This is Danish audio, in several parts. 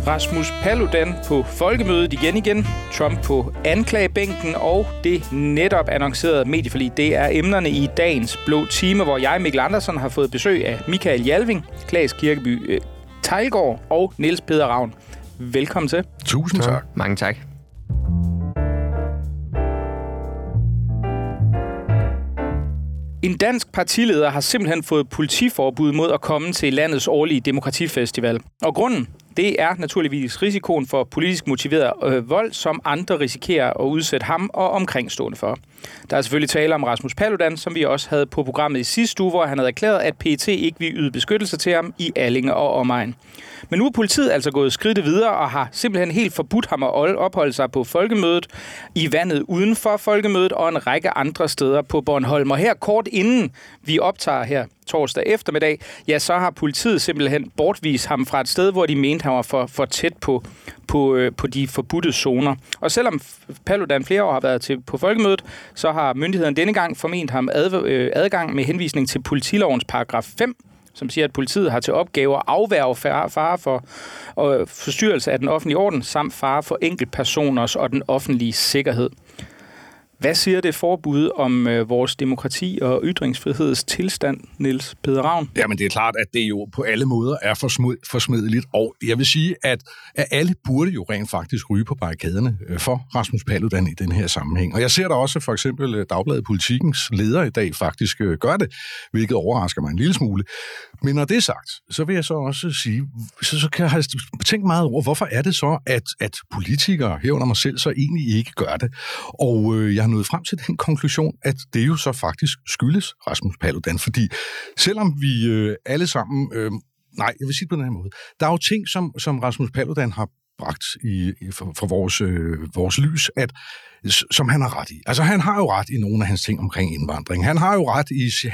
Rasmus Paludan på folkemødet igen. Trump på anklagebænken og det netop annoncerede medieforlig. Det er emnerne i dagens blå time, hvor jeg, Mikkel Andersen, har fået besøg af Michael Jalving, Claes Kirkeby Teilgaard og Niels Peder Ravn. Velkommen til. Tusind tak. Mange tak. En dansk partileder har simpelthen fået politiforbud mod at komme til landets årlige demokratifestival. Og grunden, det er naturligvis risikoen for politisk motiveret vold, som andre risikerer at udsætte ham og omkringstående for. Der er selvfølgelig tale om Rasmus Paludan, som vi også havde på programmet i sidste uge, hvor han havde erklæret, at PET ikke vil yde beskyttelse til ham i Allinge og omegn. Men nu er politiet altså gået skridtet videre og har simpelthen helt forbudt ham at opholde sig på folkemødet, i vandet uden for folkemødet og en række andre steder på Bornholm. Og her kort inden vi optager her torsdag eftermiddag, ja, så har politiet simpelthen bortvist ham fra et sted, hvor de mente, han var for tæt på de forbudte zoner. Og selvom Paludan flere år har været på folkemødet, så har myndighederne denne gang forment ham adgang med henvisning til politilovens paragraf 5, som siger, at politiet har til opgave at afværge fare for forstyrrelse af den offentlige orden, samt fare for enkeltpersoners og den offentlige sikkerhed. Hvad siger det forbud om vores demokrati og ytringsfriheds tilstand, Niels Peder Ravn? Jamen, det er klart, at det jo på alle måder er forsmedeligt, og jeg vil sige, at alle burde jo rent faktisk ryge på barrikaderne for Rasmus Paludan i den her sammenhæng. Og jeg ser da også for eksempel Dagbladet Politikens leder i dag faktisk gør det, hvilket overrasker mig en lille smule. Men når det er sagt, så vil jeg så også sige, så kan jeg have tænkt meget over, hvorfor er det så, at politikere herunder mig selv så egentlig ikke gør det. Og jeg har nået frem til den konklusion, at det jo så faktisk skyldes Rasmus Paludan, fordi selvom vi alle sammen, jeg vil sige på den her måde, der er jo ting, som Rasmus Paludan har bragt for vores lys, som han har ret i. Altså, han har jo ret i nogle af hans ting omkring indvandring. Han har jo ret i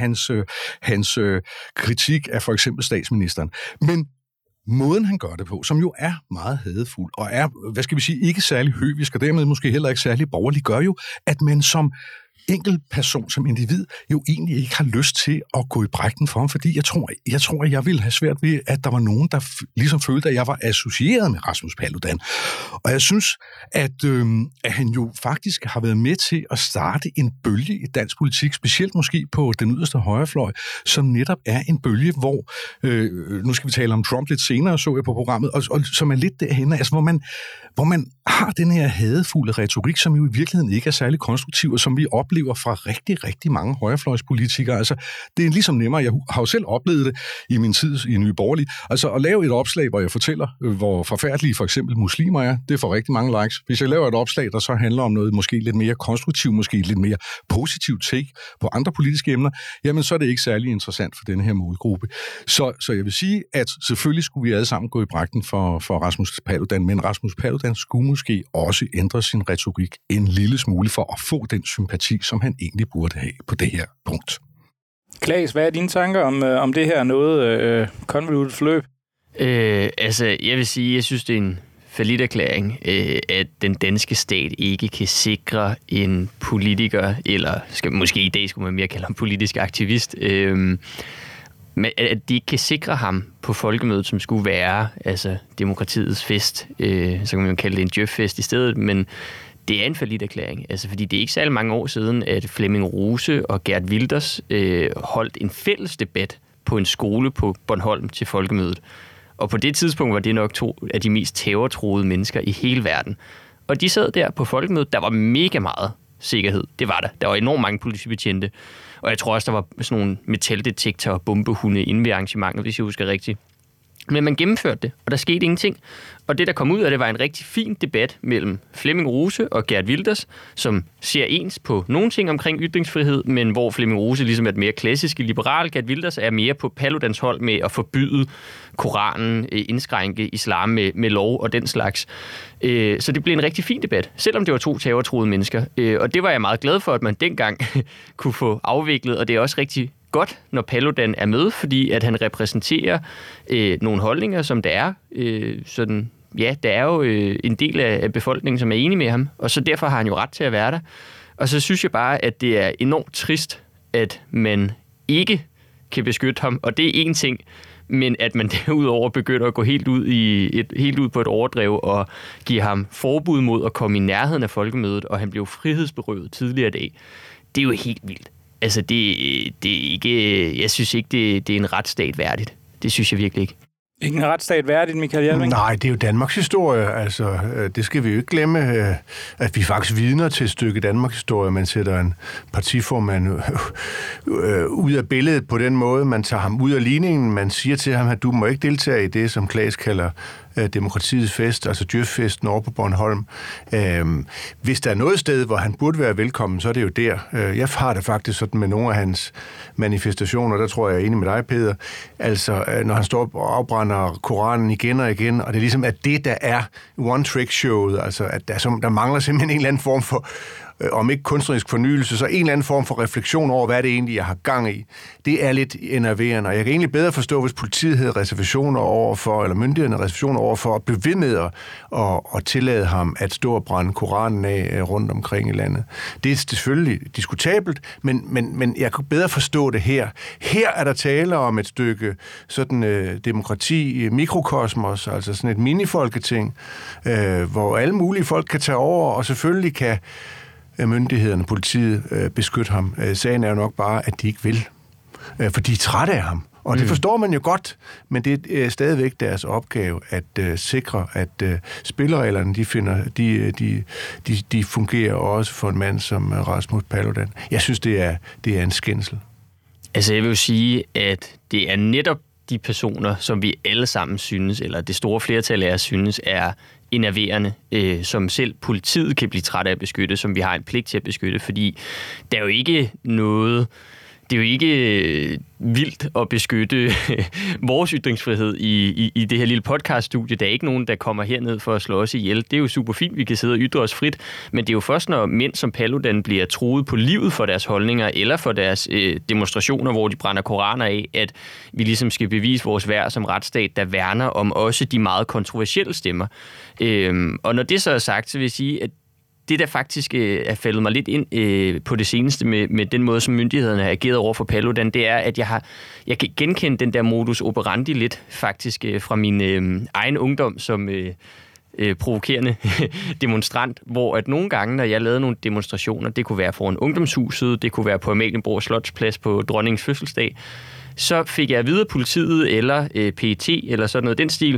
hans kritik af for eksempel statsministeren. Men måden, han gør det på, som jo er meget hadefuld, og er, ikke særlig høvisk, og dermed måske heller ikke særlig borgerlig, gør jo, at man som enkelt person, som individ, jo egentlig ikke har lyst til at gå i brækken for ham, fordi jeg tror, at jeg ville have svært ved, at der var nogen, der ligesom følte, at jeg var associeret med Rasmus Paludan. Og jeg synes, at han jo faktisk har været med til at starte en bølge i dansk politik, specielt måske på den yderste højrefløj, som netop er en bølge, hvor, nu skal vi tale om Trump lidt senere, så jeg på programmet, og som er lidt derhenne, altså hvor man har den her hadefulde retorik, som jo i virkeligheden ikke er særlig konstruktiv, og som vi oplever fra rigtig, rigtig mange højrefløjspolitikere. Altså, det er ligesom nemmere. Jeg har jo selv oplevet det i min tid i Nye Borgerlige. Altså, at lave et opslag, hvor jeg fortæller, hvor forfærdelige for eksempel muslimer er, det får rigtig mange likes. Hvis jeg laver et opslag, der så handler om noget måske lidt mere konstruktivt, måske lidt mere positivt take på andre politiske emner, jamen så er det ikke særlig interessant for denne her målgruppe. Så jeg vil sige, at selvfølgelig skulle vi alle sammen gå i brækken for Rasmus Paludan, men Rasmus Paludan skulle måske også ændre sin retorik en lille smule for at få den sympati, som han egentlig burde have på det her punkt. Claes, hvad er dine tanker om det her noget konvolutet forløb? Jeg vil sige, jeg synes, det er en falliterklæring, at den danske stat ikke kan sikre en politiker, eller måske i dag skulle man mere kalde ham politisk aktivist, men at de ikke kan sikre ham på folkemødet, som skulle være demokratiets fest. Så kan man jo kalde det en djøffest i stedet, men det er en falliterklæring, fordi det er ikke særlig mange år siden, at Flemming Rose og Geert Wilders holdt en fælles debat på en skole på Bornholm til folkemødet. Og på det tidspunkt var det nok 2 af de mest terrortruede mennesker i hele verden. Og de sad der på folkemødet, der var mega meget sikkerhed. Det var der. Der var enormt mange politibetjente. Og jeg tror også, der var sådan nogle metaldetektorer og bombehunde inde ved arrangementet, hvis jeg husker rigtigt. Men man gennemførte det, og der skete ingenting. Og det, der kom ud af det, var en rigtig fin debat mellem Flemming Rose og Geert Wilders, som ser ens på nogle ting omkring ytringsfrihed, men hvor Flemming Rose ligesom er et mere klassisk liberal. Geert Wilders er mere på Paludans hold med at forbyde Koranen, indskrænke islam med lov og den slags. Så det blev en rigtig fin debat, selvom det var 2 terrortruede mennesker. Og det var jeg meget glad for, at man dengang kunne få afviklet, og det er også rigtig godt, når Paludan er med, fordi at han repræsenterer nogle holdninger, som der er. Der er jo en del af befolkningen, som er enig med ham, og så derfor har han jo ret til at være der. Og så synes jeg bare, at det er enormt trist, at man ikke kan beskytte ham, og det er en ting, men at man derudover begynder at gå helt ud på et overdrev og give ham forbud mod at komme i nærheden af folkemødet, og han blev frihedsberøvet tidligere i dag, det er jo helt vildt. Altså, det er ikke, jeg synes ikke, det er en retsstat værdigt. Det synes jeg virkelig ikke. Ikke en retsstat værdigt, Michael Hjelming? Nej, det er jo Danmarks historie. Altså, det skal vi jo ikke glemme, at vi faktisk vidner til et stykke Danmarks historie. Man sætter en partiformand ud af billedet på den måde. Man tager ham ud af ligningen. Man siger til ham, at du må ikke deltage i det, som Klaas kalder demokratiets fest, altså Djøf-festen over på Bornholm. Hvis der er noget sted, hvor han burde være velkommen, så er det jo der. Jeg har det faktisk sådan med nogle af hans manifestationer, der tror jeg er enig med dig, Peter. Altså, når han står og afbrænder Koranen igen og igen, og det er ligesom, at det, der er one-trick-showet, altså, at der mangler simpelthen en eller anden form for om ikke kunstnerisk fornyelse, så en eller anden form for refleksion over, hvad det egentlig, jeg har gang i. Det er lidt enerverende, og jeg kan egentlig bedre forstå, hvis politiet havde reservationer overfor, eller myndighederne reservationer overfor, at blive ved med at tillade ham at stå og brænde Koranen af rundt omkring i landet. Det er selvfølgelig diskutabelt, men jeg kan bedre forstå det her. Her er der tale om et stykke sådan demokrati, mikrokosmos, altså sådan et mini-folketing, hvor alle mulige folk kan tage over, og selvfølgelig kan myndighederne, politiet, beskytte ham. Sagen er jo nok bare, at de ikke vil, for de er trætte af ham. Og det forstår man jo godt, men det er stadigvæk deres opgave at sikre, at spillereglerne de fungerer også for en mand som Rasmus Paludan. Jeg synes, det er en skændsel. Altså, jeg vil jo sige, at det er netop de personer, som vi alle sammen synes, eller det store flertal af os synes, er enerverende, som selv politiet kan blive træt af at beskytte, som vi har en pligt til at beskytte, fordi der er jo ikke noget... Det er jo ikke vildt at beskytte vores ytringsfrihed i det her lille podcaststudie. Der er ikke nogen, der kommer herned for at slå os ihjel. Det er jo super fint, vi kan sidde og ytre os frit, men det er jo først, når mænd som Paludan bliver truet på livet for deres holdninger eller for deres demonstrationer, hvor de brænder koraner af, at vi ligesom skal bevise vores værd som retsstat, der værner om også de meget kontroversielle stemmer. Og når det så er sagt, så vil jeg sige, at det, der faktisk er faldet mig lidt ind på det seneste med den måde, som myndighederne har ageret over for Paludan, det er, at jeg kan genkende den der modus operandi lidt faktisk fra min egen ungdom som provokerende demonstrant, hvor at nogle gange, når jeg lavede nogle demonstrationer, det kunne være foran Ungdomshuset, det kunne være på Amalienborg Slotsplads på dronningens fødselsdag, så fik jeg at vide af politiet eller PET eller sådan noget den stil,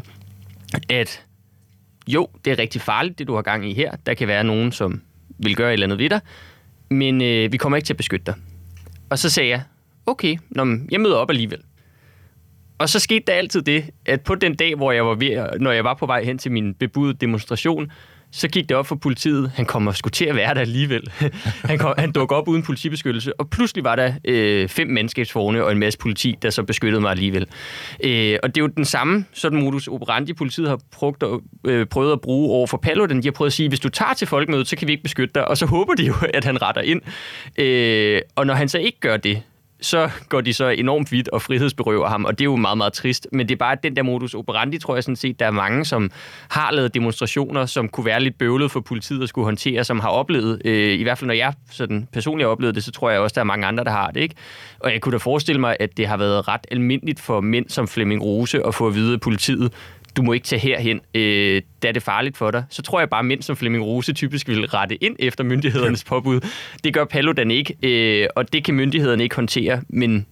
at jo, det er rigtig farligt, det du har gang i her. Der kan være nogen, som vil gøre et eller andet ved dig, men vi kommer ikke til at beskytte dig. Og så sagde jeg, okay, jeg møder op alligevel. Og så skete der altid det, at på den dag, hvor når jeg var på vej hen til min bebudede demonstration, så gik det op for politiet, han kommer sgu til at være der alligevel. Han dukker op uden politibeskyttelse, og pludselig var der 5 mandskabsvogne og en masse politi, der så beskyttede mig alligevel. Og det er jo den samme sådan modus operandi, politiet har prøvet at bruge over for Paludan. De har prøvet at sige, hvis du tager til folkemødet, så kan vi ikke beskytte dig, og så håber de jo, at han retter ind. Og når han så ikke gør det, så går de så enormt vidt og frihedsberøver ham, og det er jo meget, meget trist. Men det er bare den der modus operandi, tror jeg sådan set, der er mange, som har lavet demonstrationer, som kunne være lidt bøvlet for politiet at skulle håndtere, som har oplevet, i hvert fald når jeg sådan personligt har oplevet det, så tror jeg også, der er mange andre, der har det, ikke? Og jeg kunne da forestille mig, at det har været ret almindeligt for mænd som Flemming Rose at få at vide af politiet, du må ikke tage herhen, da det er farligt for dig. Så tror jeg bare, at mænd som Flemming Rose typisk vil rette ind efter myndighedernes påbud. Det gør Paludan ikke, og det kan myndighederne ikke håndtere, men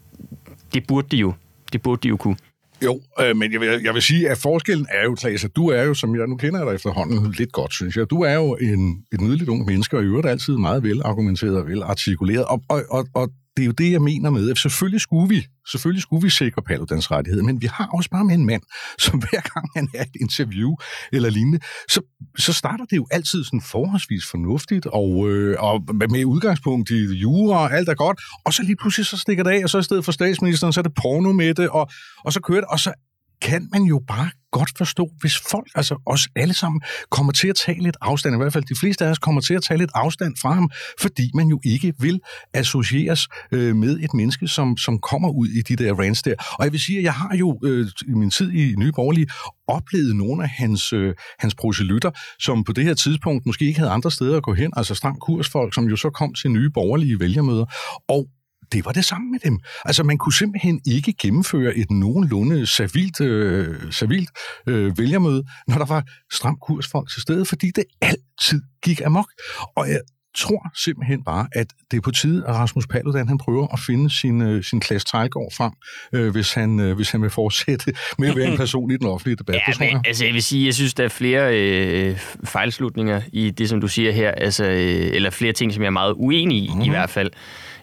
det burde de jo kunne. Jo, men jeg vil sige, at forskellen er jo, Klaas, at du er jo, som jeg nu kender dig efterhånden lidt godt, synes jeg, du er jo et nydeligt ung menneske, og i øvrigt altid meget velargumenteret og velartikuleret, og det er jo det, jeg mener med, at selvfølgelig skulle vi sikre Paludans rettigheder, men vi har også bare med en mand, som hver gang han er et interview eller lignende, så starter det jo altid sådan forholdsvis fornuftigt, og med udgangspunkt i jura, og alt er godt, og så lige pludselig så stikker det af, og så i stedet for statsministeren, så er det porno med det, og så kører det, og så kan man jo bare godt forstå, hvis folk, altså os alle sammen, kommer til at tage lidt afstand, i hvert fald de fleste af os kommer til at tage lidt afstand fra ham, fordi man jo ikke vil associeres med et menneske, som kommer ud i de der rants der. Og jeg vil sige, at jeg har jo i min tid i Nye Borgerlige oplevet nogle af hans proselytter, som på det her tidspunkt måske ikke havde andre steder at gå hen, altså stram kursfolk, som jo så kom til Nye Borgerlige vælgermøder, og det var det samme med dem. Altså, man kunne simpelthen ikke gennemføre et nogenlunde servilt vælgermøde, når der var stram kursfolk til stede, fordi det altid gik amok. Og jeg tror simpelthen bare, at det er på tide, at Rasmus Paludan han prøver at finde sin Claes Teilgaard frem, hvis han vil fortsætte med at være en person i den offentlige debat. Ja, men altså, jeg vil sige, jeg synes, der er flere fejlslutninger i det, som du siger her, altså, eller flere ting, som jeg er meget uenig i, i hvert fald.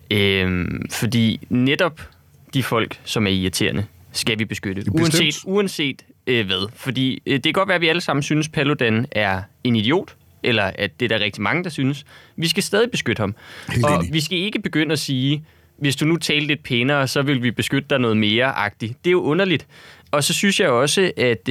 Fordi netop de folk, som er irriterende, skal vi beskytte, uanset hvad. Fordi det kan godt være, at vi alle sammen synes, Paludan er en idiot, eller at det er der rigtig mange, der synes. Vi skal stadig beskytte ham. Og vi skal ikke begynde at sige, hvis du nu taler lidt pænere, så vil vi beskytte dig noget mere-agtigt. Det er jo underligt. Og så synes jeg også, at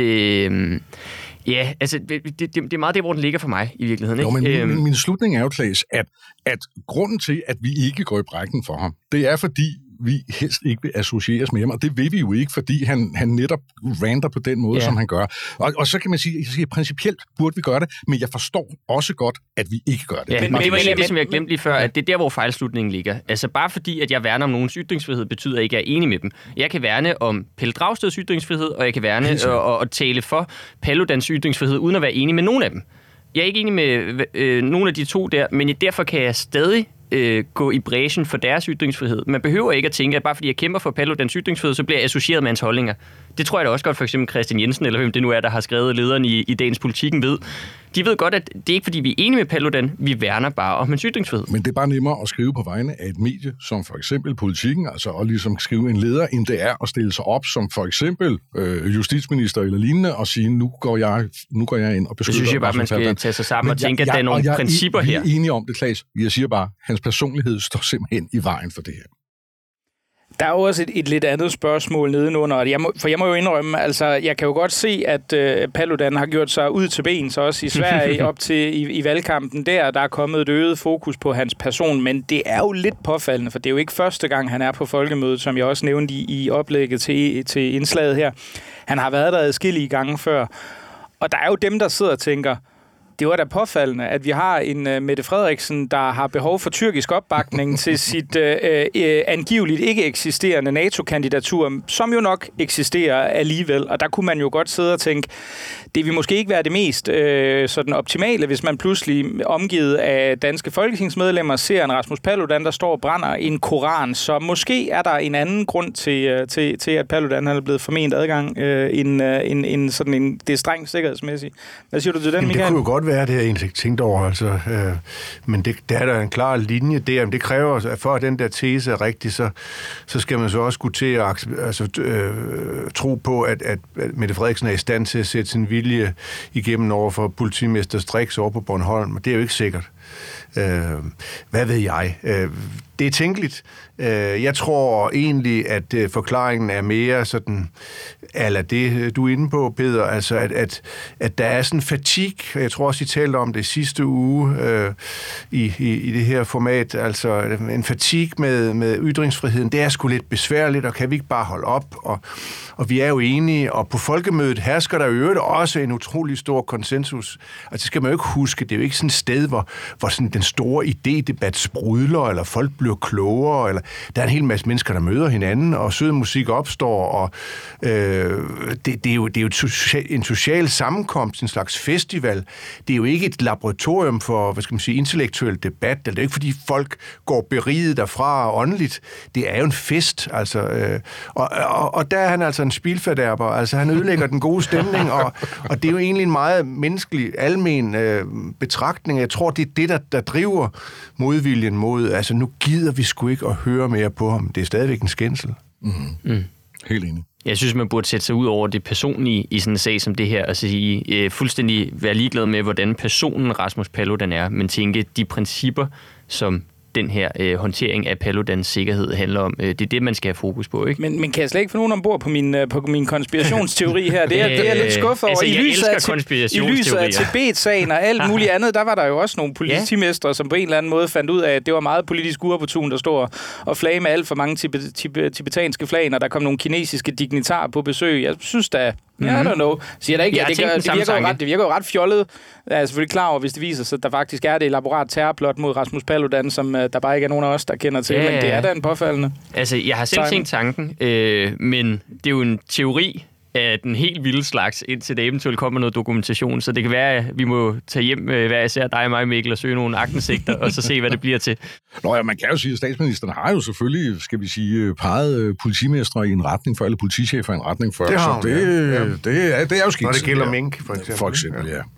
ja, altså, det er meget det, hvor den ligger for mig i virkeligheden. Ikke? Jo, men min slutning er jo, Claes, at grunden til, at vi ikke går i brækken for ham, det er fordi, vi helst ikke vil associeres med ham, og det vil vi jo ikke, fordi han netop ranter på den måde, som han gør. Og så kan man sige, at principielt burde vi gøre det, men jeg forstår også godt, at vi ikke gør det. Ja, men det var egentlig det, som jeg glemte lige før, at det er der, hvor fejlslutningen ligger. Altså bare fordi, at jeg værner om nogens ytringsfrihed, betyder ikke, at jeg er enig med dem. Jeg kan værne om Pelle Dragsteds ytringsfrihed, og jeg kan værne og tale for Paludans ytringsfrihed, uden at være enig med nogen af dem. Jeg er ikke enig med nogen af de to der, men derfor kan jeg stadig gå i bræschen for deres ytringsfrihed. Man behøver ikke at tænke, at bare fordi jeg kæmper for Paludans ytringsfrihed, så bliver jeg associeret med hans holdninger. Det tror jeg da også godt, for eksempel Christian Jensen, eller hvem det nu er, der har skrevet lederen i dagens Politikken ved. De ved godt, at det er ikke fordi, vi er enige med Paludan, vi værner bare om hans ytringsfrihed. Men det er bare nemmere at skrive på vegne af et medie, som for eksempel Politikken, altså at ligesom skrive en leder, end det er at stille sig op som for eksempel justitsminister eller lignende, og sige, nu går jeg ind og beskytter. Det synes jeg bare, man skal tage sig sammen og tænke, at der er nogle principper her. Vi er enige om det, Claes. Jeg siger bare, hans personlighed står simpelthen i vejen for det her. Der er jo også et lidt andet spørgsmål nedenunder, for jeg må jo indrømme, altså jeg kan jo godt se, at Paludan har gjort sig ud til ben, så også i Sverige op til i valgkampen der er kommet et øget fokus på hans person, men det er jo lidt påfaldende, for det er jo ikke første gang, han er på folkemødet, som jeg også nævnte i oplægget til indslaget her. Han har været der adskillige gange før, og der er jo dem, der sidder og tænker, det var da påfaldende, at vi har en Mette Frederiksen, der har behov for tyrkisk opbakning til sit angiveligt ikke eksisterende NATO-kandidatur, som jo nok eksisterer alligevel. Og der kunne man jo godt sidde og tænke, det vil måske ikke være det mest sådan optimale, hvis man pludselig omgivet af danske folketingsmedlemmer ser en Rasmus Paludan, der står og brænder en koran. Så måske er der en anden grund til at Paludan er blevet forment adgang, end sådan en, det er strengt sikkerhedsmæssigt. Hvad siger du til den, Michael? Det kunne jo godt være, det har jeg egentlig ikke tænkt over, altså, men der er der en klar linje der, men det kræver, at for at den der tese er rigtig, så skal man så også gå til at tro på, at Mette Frederiksen er i stand til at sætte sin vilje igennem over for politimester Strix over på Bornholm, og det er jo ikke sikkert. Hvad ved jeg? Det er tænkeligt. Jeg tror egentlig, at forklaringen er mere sådan, eller det, du er inde på, Peter, altså at der er sådan fatigue, jeg tror også, I talte om det sidste uge i det her format, altså en fatigue med ytringsfriheden, det er sgu lidt besværligt, og kan vi ikke bare holde op, og vi er jo enige, og på folkemødet hersker der øvrigt også en utrolig stor konsensus. Altså det skal man jo ikke huske, det er jo ikke sådan et sted, hvor sådan den store idédebat sprudler, eller folk bliver klogere, eller der er en hel masse mennesker, der møder hinanden, og sød musik opstår, og det er jo en social sammenkomst, en slags festival. Det er jo ikke et laboratorium for, hvad skal man sige, intellektuel debat, det er jo ikke, fordi folk går beriget derfra åndeligt. Det er jo en fest, altså. Og der er han altså en spildfordærber, altså han ødelægger den gode stemning, og det er jo egentlig en meget menneskelig, almen betragtning. Jeg tror, det er det, der driver modviljen mod, altså nu gider vi sgu ikke at høre mere på ham. Det er stadigvæk en skændsel. Helt enig. Jeg synes, man burde sætte sig ud over det personlige i sådan en sag som det her, og sige, fuldstændig være ligeglad med, hvordan personen Rasmus Paludan er, men tænke de principper, som den her håndtering af Paludans sikkerhed handler om. Det er det, man skal have fokus på, ikke? Men kan jeg slet ikke få nogen ombord på min konspirationsteori her? Det er lidt skuffet over. Altså, I lyset af Tibet-sagen og alt muligt andet, der var der jo også nogle politimestre, som på en eller anden måde fandt ud af, at det var meget politisk uopportunt at stå og flage med alt for mange tibetanske flag, når der kom nogle kinesiske dignitarer på besøg. Jeg synes da, I don't know. Siger der ikke, det virker jo ret fjollet. Jeg er selvfølgelig klar over, hvis det viser sig, at der faktisk er det elaborat terrorplot mod Rasmus Paludan, som der bare ikke er nogen af os, der kender til. Men det er da en påfaldende. Altså, jeg har selv tænkt tanken, men det er jo en teori af den helt vilde slags, indtil det eventuelt kommer noget dokumentation. Så det kan være, at vi må tage hjem hver især dig og mig, Mikkel, og søge nogle aktindsigter, og så se, hvad det bliver til. Nå ja, man kan jo sige, at statsministeren har jo selvfølgelig, skal vi sige, peget politimestre i en retning for, alle politichefer i en retning for. Det har så det er jo skidt. Når det gælder mink, for eksempel. For eksempel, ja.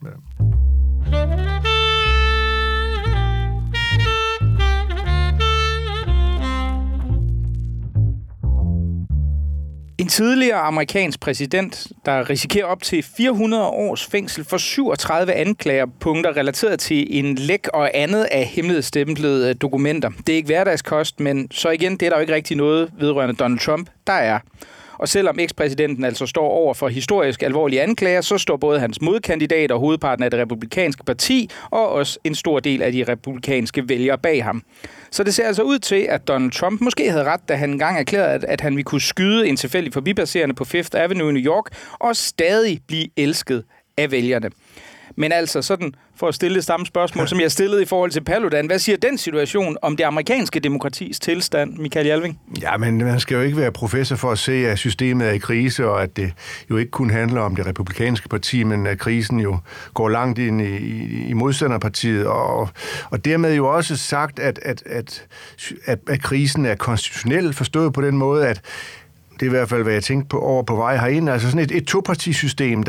En tidligere amerikansk præsident, der risikerer op til 400 års fængsel for 37 anklagerpunkter relateret til en læk og andet af hemmelighedsstemplede dokumenter. Det er ikke hverdagskost, men så igen, det er der jo ikke rigtig noget vedrørende Donald Trump, der er. Og selvom ekspræsidenten altså står over for historisk alvorlige anklager, så står både hans modkandidat og hovedparten af det republikanske parti, og også en stor del af de republikanske vælgere bag ham. Så det ser altså ud til, at Donald Trump måske havde ret, da han engang erklærede, at han ville kunne skyde en tilfældig forbipasserende på Fifth Avenue i New York, og stadig blive elsket af vælgerne. Men altså sådan, for at stille det samme spørgsmål, som jeg stillede i forhold til Paludan. Hvad siger den situation om det amerikanske demokratis tilstand, Michael Jalving? Ja, men man skal jo ikke være professor for at se, at systemet er i krise, og at det jo ikke kun handler om det republikanske parti, men at krisen jo går langt ind i modstanderpartiet. Og dermed jo også sagt, at krisen er konstitutionel, forstået på den måde, at det er i hvert fald, hvad jeg tænkte på over på vej herind. Altså sådan et topartisystem,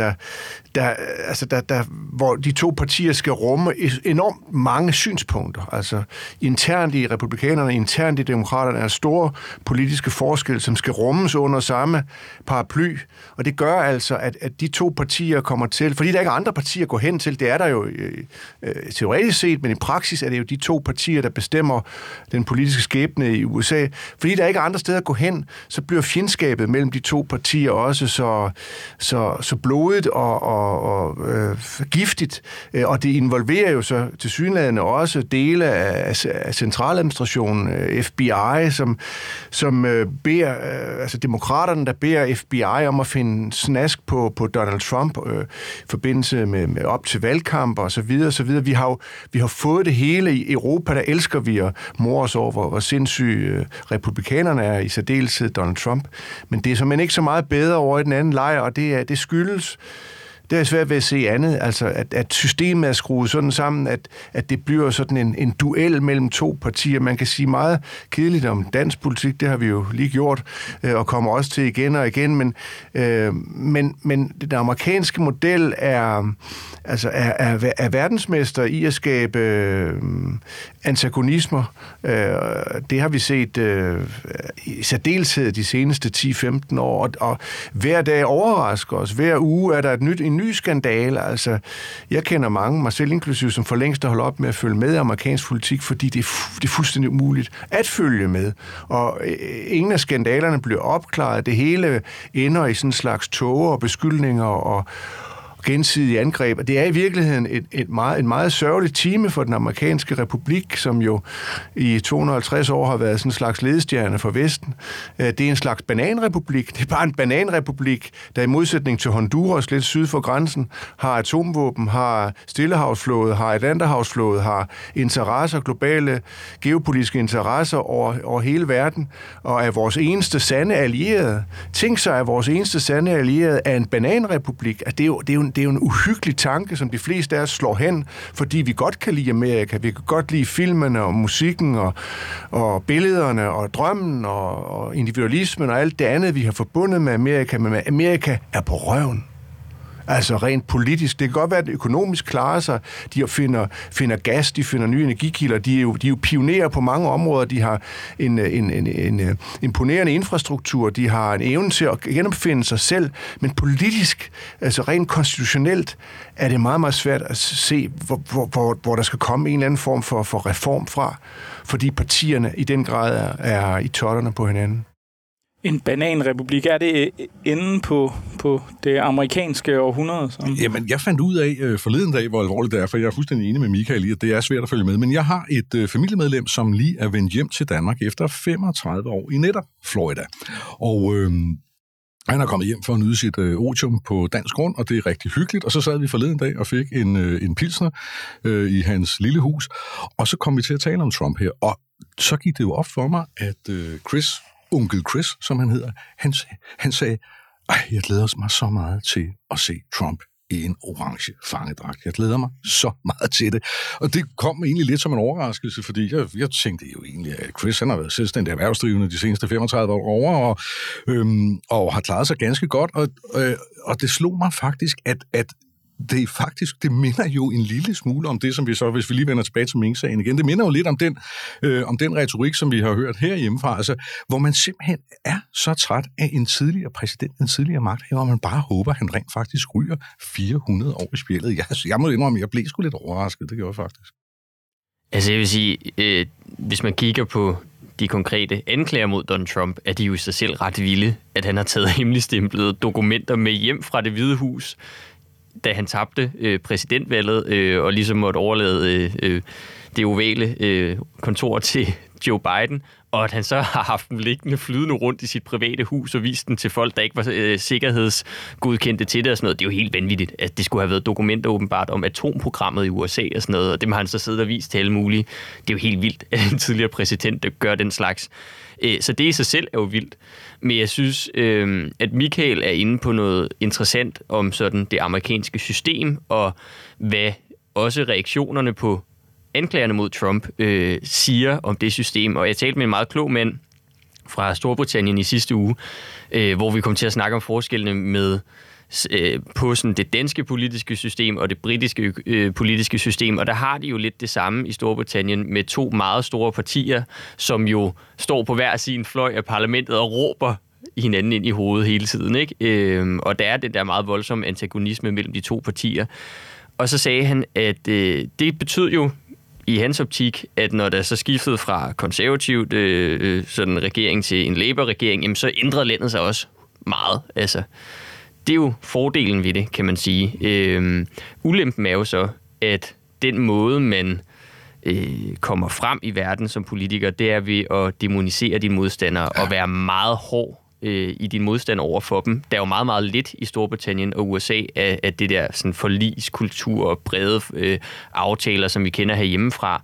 hvor de to partier skal rumme enormt mange synspunkter. Altså internt i republikanerne, internt i demokraterne er store politiske forskelle, som skal rummes under samme paraply. Og det gør altså, at de to partier kommer til, fordi der ikke er andre partier at gå hen til, det er der jo teoretisk set, men i praksis er det jo de to partier, der bestemmer den politiske skæbne i USA. Fordi der ikke er andre steder at gå hen, så bliver fjendskabet mellem de to partier også så blodigt og giftigt, og det involverer jo så tilsyneladende også dele af centraladministrationen, FBI, som beder, altså demokraterne, der beder FBI om at finde snask på Donald Trump i forbindelse med op til valgkamp og så videre, så videre. Vi har fået det hele i Europa, der elsker vi at mor os over, hvor sindssyge republikanerne er, i særdeleshed Donald Trump. Men det er simpelthen ikke så meget bedre over i den anden lejr, og det skyldes, det er svært ved at se andet, altså at systemet er skruet sådan sammen, at det bliver sådan en duel mellem to partier. Man kan sige meget kedeligt om dansk politik, det har vi jo lige gjort, og kommer også til igen og igen, men den amerikanske model er verdensmester i at skabe antagonismer. Det har vi set i særdeleshed de seneste 10-15 år, og hver dag overrasker os. Hver uge er der en ny skandale. Altså, jeg kender mange, mig selv inklusive, som for længst har holdt op med at følge med i amerikansk politik, fordi det er fuldstændig umuligt at følge med. Og ingen af skandalerne bliver opklaret. Det hele ender i sådan en slags tåger og beskyldninger og gensidige angreb. Det er i virkeligheden en meget sørgelig time for den amerikanske republik, som jo i 250 år har været sådan en slags ledestjerne for Vesten. Det er en slags bananrepublik. Det er bare en bananrepublik, der i modsætning til Honduras, lidt syd for grænsen, har atomvåben, har Stillehavsflåde, har Atlanterhavsflåde, har interesser, globale geopolitiske interesser over hele verden, og er vores eneste sande allierede. Tænk sig, at vores eneste sande allierede er en bananrepublik. Det er jo en uhyggelig tanke, som de fleste af os slår hen, fordi vi godt kan lide Amerika, vi kan godt lide filmene og musikken og billederne og drømmen og individualismen og alt det andet, vi har forbundet med Amerika, men Amerika er på røven. Altså rent politisk. Det kan godt være, at det økonomisk klarer sig. De finder gas, de finder nye energikilder. De er jo pionerer på mange områder. De har en imponerende infrastruktur. De har en evne til at genopfinde sig selv. Men politisk, altså rent konstitutionelt, er det meget, meget svært at se, hvor der skal komme en eller anden form for reform fra. Fordi partierne i den grad er i totterne på hinanden. En bananrepublik, er det enden på det amerikanske århundrede? Jamen, jeg fandt ud af forleden dag, hvor alvorligt det er, for jeg er fuldstændig enig med Michael i, at det er svært at følge med. Men jeg har et familiemedlem, som lige er vendt hjem til Danmark efter 35 år i netop Florida. Og Han er kommet hjem for at nyde sit otium på dansk grund, og det er rigtig hyggeligt. Og så sad vi forleden dag og fik en pilsner i hans lille hus, og så kom vi til at tale om Trump her. Og så gik det jo op for mig, at onkel Chris, som han hedder, han sagde, jeg glæder mig så meget til at se Trump i en orange fangedragt. Jeg glæder mig så meget til det. Og det kom egentlig lidt som en overraskelse, fordi jeg tænkte jo egentlig, at Chris han har været selvstændig erhvervsdrivende de seneste 35 år over, og har klaret sig ganske godt. Og det slog mig faktisk, at det minder jo en lille smule om det, som vi så, hvis vi lige vender tilbage til Mink-sagen igen, det minder jo lidt om den retorik, som vi har hørt herhjemmefra, altså, hvor man simpelthen er så træt af en tidligere præsident, en tidligere magthaver, og man bare håber, at han rent faktisk ryger 400 år i spjældet. Jeg må indrømme, jeg blev sgu lidt overrasket, det gjorde jeg faktisk. Altså jeg vil sige, hvis man kigger på de konkrete anklager mod Donald Trump, er de jo i sig selv ret vilde, at han har taget hemmeligstemplede dokumenter med hjem fra Det Hvide Hus, da han tabte præsidentvalget og ligesom måtte overlade det ovale kontor til Joe Biden, og at han så har haft dem liggende flydende rundt i sit private hus og vist den til folk, der ikke var sikkerhedsgodkendte til det og sådan noget. Det er jo helt vanvittigt, at det skulle have været dokumenter åbenbart om atomprogrammet i USA og sådan noget, og dem har han så siddet og vist til alle mulige. Det er jo helt vildt, at en tidligere præsident gør den slags. Så det i sig selv er jo vildt. Men jeg synes, at Michael er inde på noget interessant om sådan det amerikanske system, og hvad også reaktionerne på anklagerne mod Trump siger om det system. Og jeg talte med en meget klog mand fra Storbritannien i sidste uge, hvor vi kom til at snakke om forskellene med på sådan det danske politiske system og det britiske politiske system, og der har de jo lidt det samme i Storbritannien med to meget store partier, som jo står på hver sin fløj af parlamentet og råber hinanden ind i hovedet hele tiden, ikke? Og der er den der meget voldsomme antagonisme mellem de to partier. Og så sagde han, at det betød jo i hans optik, at når der så skiftede fra konservativt sådan regering til en Labour-regering, jamen så ændrede landet sig også meget. Altså, det er jo fordelen ved det, kan man sige. Ulempen er jo så, at den måde, man kommer frem i verden som politiker, det er ved at dæmonisere dine modstandere og være meget hård i din modstand over for dem. Der er jo meget, meget lidt i Storbritannien og USA af det der sådan forligskultur og brede aftaler, som vi kender herhjemmefra.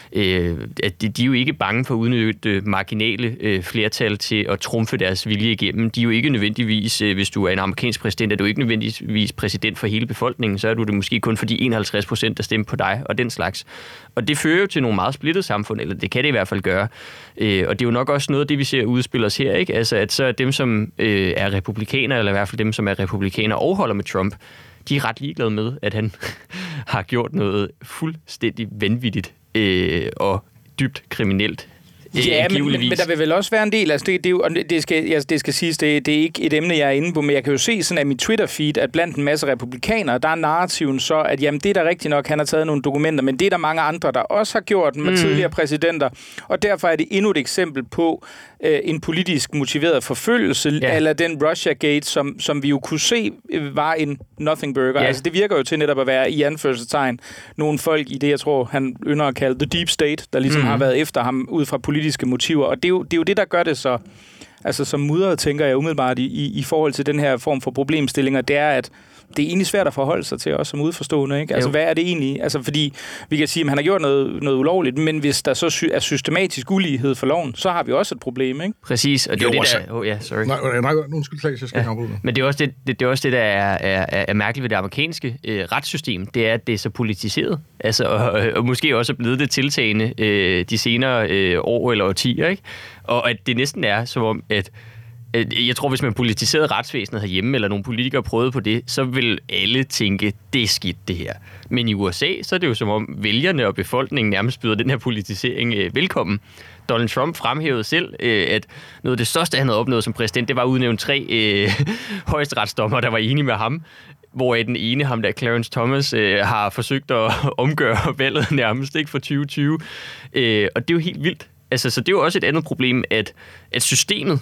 At de er jo ikke bange for at udnytte marginale flertal til at trumfe deres vilje igennem. De er jo ikke nødvendigvis, hvis du er en amerikansk præsident, er du ikke nødvendigvis præsident for hele befolkningen, så er du det måske kun for de 51%, der stemmer på dig og den slags. Og det fører jo til nogle meget splittede samfund, eller det kan det i hvert fald gøre. Og det er jo nok også noget af det, vi ser udspille os her, ikke? Altså, at så er dem, som er republikanere, eller i hvert fald dem, som er republikanere og holder med Trump, de er ret ligeglade med, at han har gjort noget fuldstændig vanvittigt og dybt kriminelt. Ja, men der vil vel også være en del, altså det skal siges, det er ikke et emne, jeg er inde på, men jeg kan jo se sådan af mit Twitter-feed, at blandt en masse republikanere, der er narrativen så, at jamen, det er da rigtigt nok, han har taget nogle dokumenter, men det er der mange andre, der også har gjort med tidligere præsidenter, og derfor er det endnu et eksempel på en politisk motiveret forfølgelse, eller den Russiagate, som vi jo kunne se var en nothing burger. Altså det virker jo til netop at være i anførselstegn nogle folk i det, jeg tror, han ynder at kalde the deep state, der ligesom har været efter ham ud fra politiske motiver, og det er jo det, der gør det så, altså som mudret, tænker jeg umiddelbart i forhold til den her form for problemstillinger, det er, at det er egentlig svært at forholde sig til os som udforstående, ikke? Altså, hvad er det egentlig? Altså, fordi vi kan sige, at han har gjort noget ulovligt, men hvis der så er systematisk ulighed for loven, så har vi også et problem, ikke? Præcis, og det er jo det, der... sorry. Nej, undskyld, Klaas, jeg skal ikke afbryde. Men det er også det, der er mærkeligt ved det amerikanske retssystem, det er, at det er så politiseret, altså, og måske også er blevet det tiltagende de senere år eller årtier, ikke? Og at det næsten er som om, at jeg tror, hvis man politiserede retsvæsenet herhjemme, eller nogle politikere prøvede på det, så vil alle tænke, det er skidt det her. Men i USA, så er det jo som om vælgerne og befolkningen nærmest byder den her politisering velkommen. Donald Trump fremhævede selv, at noget af det største, han havde opnået som præsident, det var at udnævne 3 højesteretsdommere, der var enige med ham. Hvor den ene, ham der Clarence Thomas, har forsøgt at omgøre valget nærmest, ikke, for 2020. Og det er jo helt vildt. Altså, så det er jo også et andet problem, at systemet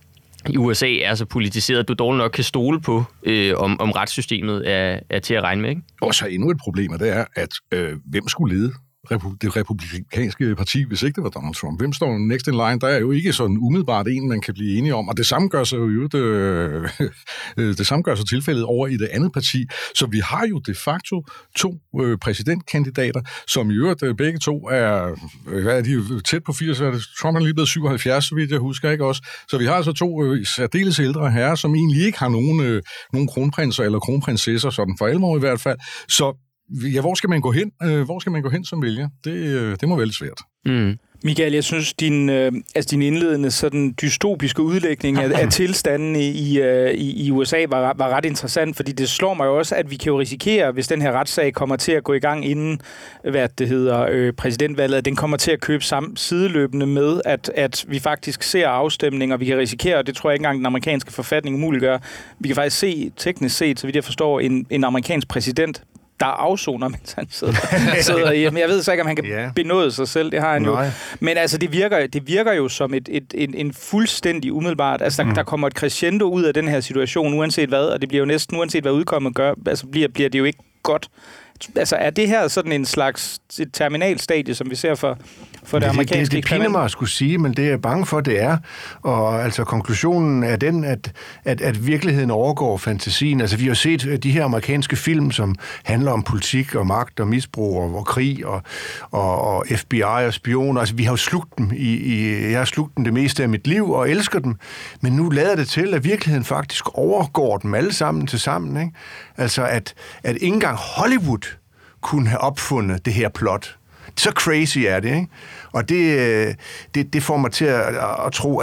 i USA er så politiseret, at du dårligt nok kan stole på, om retssystemet er til at regne med, ikke? Og så endnu et problem, og det er, at hvem skulle lede det republikanske parti, hvis ikke det var Donald Trump? Hvem står next in line? Der er jo ikke sådan umiddelbart en, man kan blive enige om, og det samme gør sig jo det samme gør sig tilfældet over i det andet parti. Så vi har jo de facto 2 præsidentkandidater, som i øvrigt begge to er de tæt på 80, Trump er lige blevet 77, så vidt jeg husker, ikke også? Så vi har altså 2 særdeles ældre herrer, som egentlig ikke har nogen kronprinser eller kronprinsesser, sådan for alvor i hvert fald. Så ja, hvor skal man gå hen? Hvor skal man gå hen som vælger? Det må være lidt svært. Mm. Michael, jeg synes, din indledende sådan dystopiske udlægning af tilstanden i USA var ret interessant, fordi det slår mig jo også, at vi kan jo risikere, hvis den her retssag kommer til at gå i gang inden, præsidentvalget, at den kommer til at købe sideløbende med, at vi faktisk ser afstemninger, vi kan risikere, og det tror jeg ikke engang den amerikanske forfatning umuliggør. Vi kan faktisk se, teknisk set, så vidt jeg forstår, en amerikansk præsident, der afsoner, mens han sidder hjemme. Jeg ved så ikke, om han kan benåde sig selv. Det har han jo. Men altså, det virker jo som en fuldstændig umiddelbart. Altså, der kommer et crescendo ud af den her situation, uanset hvad, og det bliver jo næsten, uanset hvad udkommet gør, altså bliver det jo ikke godt. Altså, er det her sådan en slags terminalstadie, som vi ser for det amerikanske eksperiment? Det piner mig at skulle sige, men det er jeg bange for, det er. Og altså, konklusionen er den, at virkeligheden overgår fantasien. Altså, vi har set de her amerikanske film, som handler om politik og magt og misbrug og krig og FBI og spioner. Altså, vi har jo slugt dem. Jeg har slugt dem det meste af mit liv og elsker dem. Men nu lader det til, at virkeligheden faktisk overgår dem alle sammen til sammen. Ikke? Altså, at ikke engang Hollywood kunne have opfundet det her plot. Så crazy er det, ikke? Og det får mig til at tro,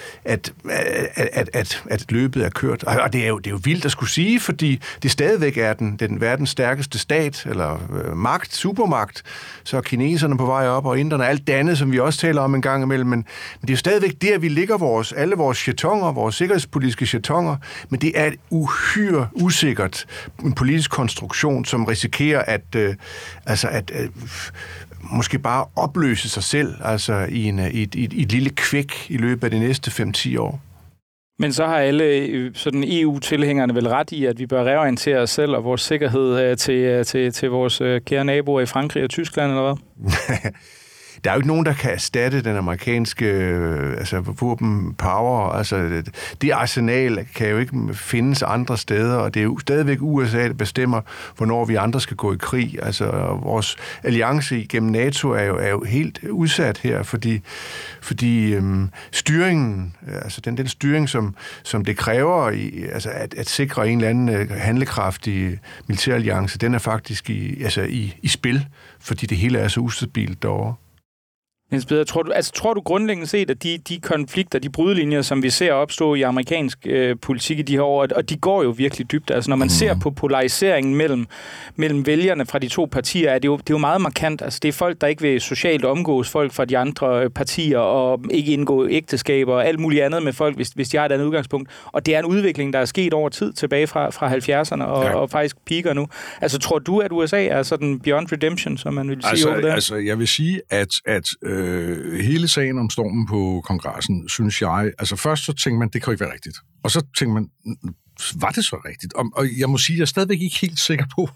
at løbet er kørt. Og det er jo vildt at skulle sige, fordi det stadigvæk er den verdens stærkeste stat, eller magt, supermagt. Så er kineserne på vej op, og inderne, alt det andet, som vi også taler om en gang imellem. Men det er jo stadigvæk der, vi ligger alle vores jetonger, vores sikkerhedspolitiske jetonger. Men det er et uhyre usikkert en politisk konstruktion, som risikerer at måske bare opløse sig selv, altså i et lille kvæk i løbet af de næste 5-10 år. Men så har alle sådan EU-tilhængerne vel ret i, at vi bør reorientere os selv og vores sikkerhed til vores kære naboer i Frankrig og Tyskland, eller hvad? Der er jo ikke nogen, der kan erstatte den amerikanske våbenpower. Altså, det arsenal kan jo ikke findes andre steder, og det er jo stadigvæk USA, der bestemmer, hvornår vi andre skal gå i krig. Altså, vores alliance gennem NATO er jo helt udsat her, fordi styringen, altså den styring, som det kræver at sikre en eller anden handlekraftig militæralliance, den er faktisk i spil, fordi det hele er så ustabilt derovre. Niels Peder, tror du grundlæggende set, at de konflikter, de brudlinjer, som vi ser opstå i amerikansk politik i de her år, og de går jo virkelig dybt. Altså når man ser på polariseringen mellem vælgerne fra de 2 partier, det er jo meget markant. Altså det er folk, der ikke vil socialt omgås, folk fra de andre partier, og ikke indgå ægteskaber og alt muligt andet med folk, hvis de har et andet udgangspunkt. Og det er en udvikling, der er sket over tid tilbage fra 70'erne og faktisk piker nu. Altså tror du, at USA er sådan beyond redemption, som man vil sige over det? Altså jeg vil sige, at hele sagen om stormen på kongressen, synes jeg, altså først så tænkte man, det kan ikke være rigtigt. Og så tænkte man, var det så rigtigt? Og jeg må sige, jeg er stadigvæk ikke helt sikker på,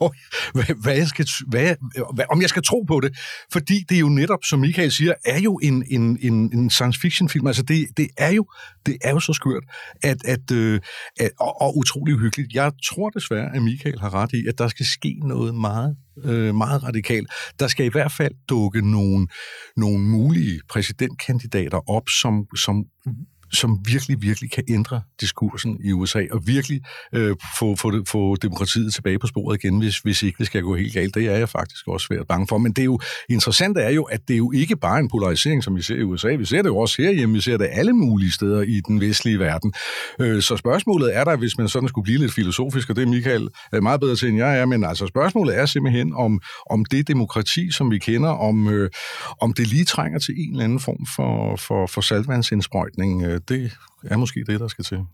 om jeg skal tro på det. Fordi det er jo netop, som Michael siger, er jo en science fiction film. Altså det er jo så skørt, og utrolig uhyggeligt. Jeg tror desværre, at Michael har ret i, at der skal ske noget meget radikalt. Der skal i hvert fald dukke nogle mulige præsidentkandidater op, som virkelig kan ændre diskursen i USA, og virkelig få demokratiet tilbage på sporet igen, hvis ikke det skal gå helt galt. Det er jeg faktisk også svært bange for. Men det er jo interessant er jo, at det er jo ikke bare en polarisering, som vi ser i USA. Vi ser det jo også herhjemme. Vi ser det alle mulige steder i den vestlige verden. Så spørgsmålet er der, hvis man sådan skulle blive lidt filosofisk, og det er Michael meget bedre til, end jeg er, men altså spørgsmålet er simpelthen, om det demokrati, som vi kender, om det lige trænger til en eller anden form for saltvandsindsprøjtning. Det er måske det, der skal til.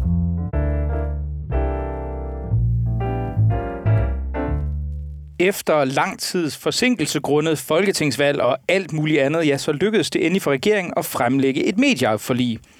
Efter lang tids forsinkelse grundet folketingsvalg og alt muligt andet, så lykkedes det endelig for regeringen at fremlægge et medieforlig.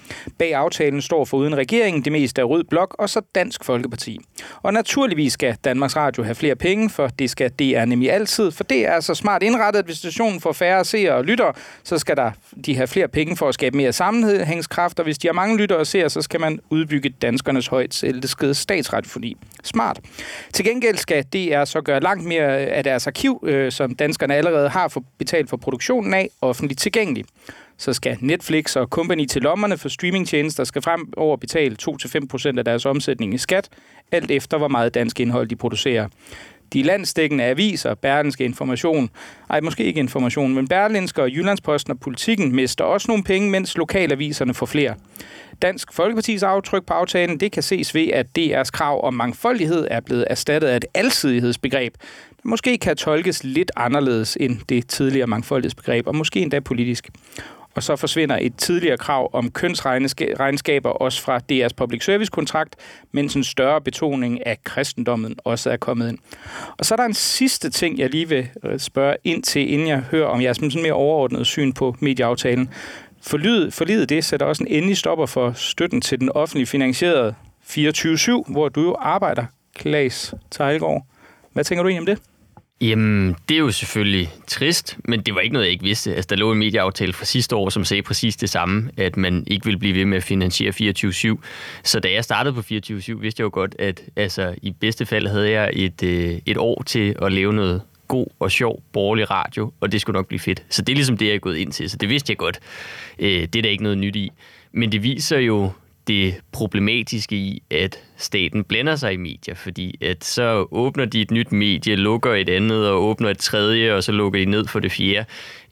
Bag aftalen står foruden regeringen det meste af Rød Blok og så Dansk Folkeparti. Og naturligvis skal Danmarks Radio have flere penge, for det skal DR nemlig altid, for det er så smart indrettet, at hvis stationen får færre seere og lyttere, så skal de have flere penge for at skabe mere sammenhængskraft, og hvis de har mange lyttere og seere, så skal man udbygge danskernes højt elskede statsradiofoni. Smart. Til gengæld skal DR så gøre langt mere af deres arkiv, som danskerne allerede har betalt for produktionen af, offentligt tilgængelig. Så skal Netflix og company til lommerne for streamingtjenester skal fremover betale 2-5% af deres omsætning i skat, alt efter hvor meget dansk indhold de producerer. De landsdækkende aviser, Berlingske Information, måske ikke Information, men Berlingske og Jyllandsposten og Politikken mister også nogle penge, mens lokalaviserne får flere. Dansk Folkepartis aftryk på aftalen, det kan ses ved, at DR's krav om mangfoldighed er blevet erstattet af et alsidighedsbegreb, der måske kan tolkes lidt anderledes end det tidligere mangfoldighedsbegreb, og måske endda politisk. Og så forsvinder et tidligere krav om kønsregnskaber også fra DR's public service-kontrakt, mens en større betoning af kristendommen også er kommet ind. Og så er der en sidste ting, jeg lige vil spørge ind til, inden jeg hører om jeres sådan mere overordnede syn på medieaftalen. Forliget det sætter også en endelig stopper for støtten til den offentligt finansierede 24/7, hvor du jo arbejder, Claes Teilgaard. Hvad tænker du egentlig om det? Jamen, det er jo selvfølgelig trist, men det var ikke noget, jeg ikke vidste. Altså, der lå en medieaftale fra sidste år, som sagde præcis det samme, at man ikke ville blive ved med at finansiere 24/7. Så da jeg startede på 24/7, vidste jeg jo godt, at altså, i bedste fald havde jeg et år til at lave noget god og sjov borgerlig radio, og det skulle nok blive fedt. Så det er ligesom det, jeg er gået ind til, så det vidste jeg godt. Det er der ikke noget nyt i. Men det viser jo det problematiske i, at staten blander sig i medier, fordi at så åbner de et nyt medie, lukker et andet og åbner et tredje, og så lukker de ned for det fjerde,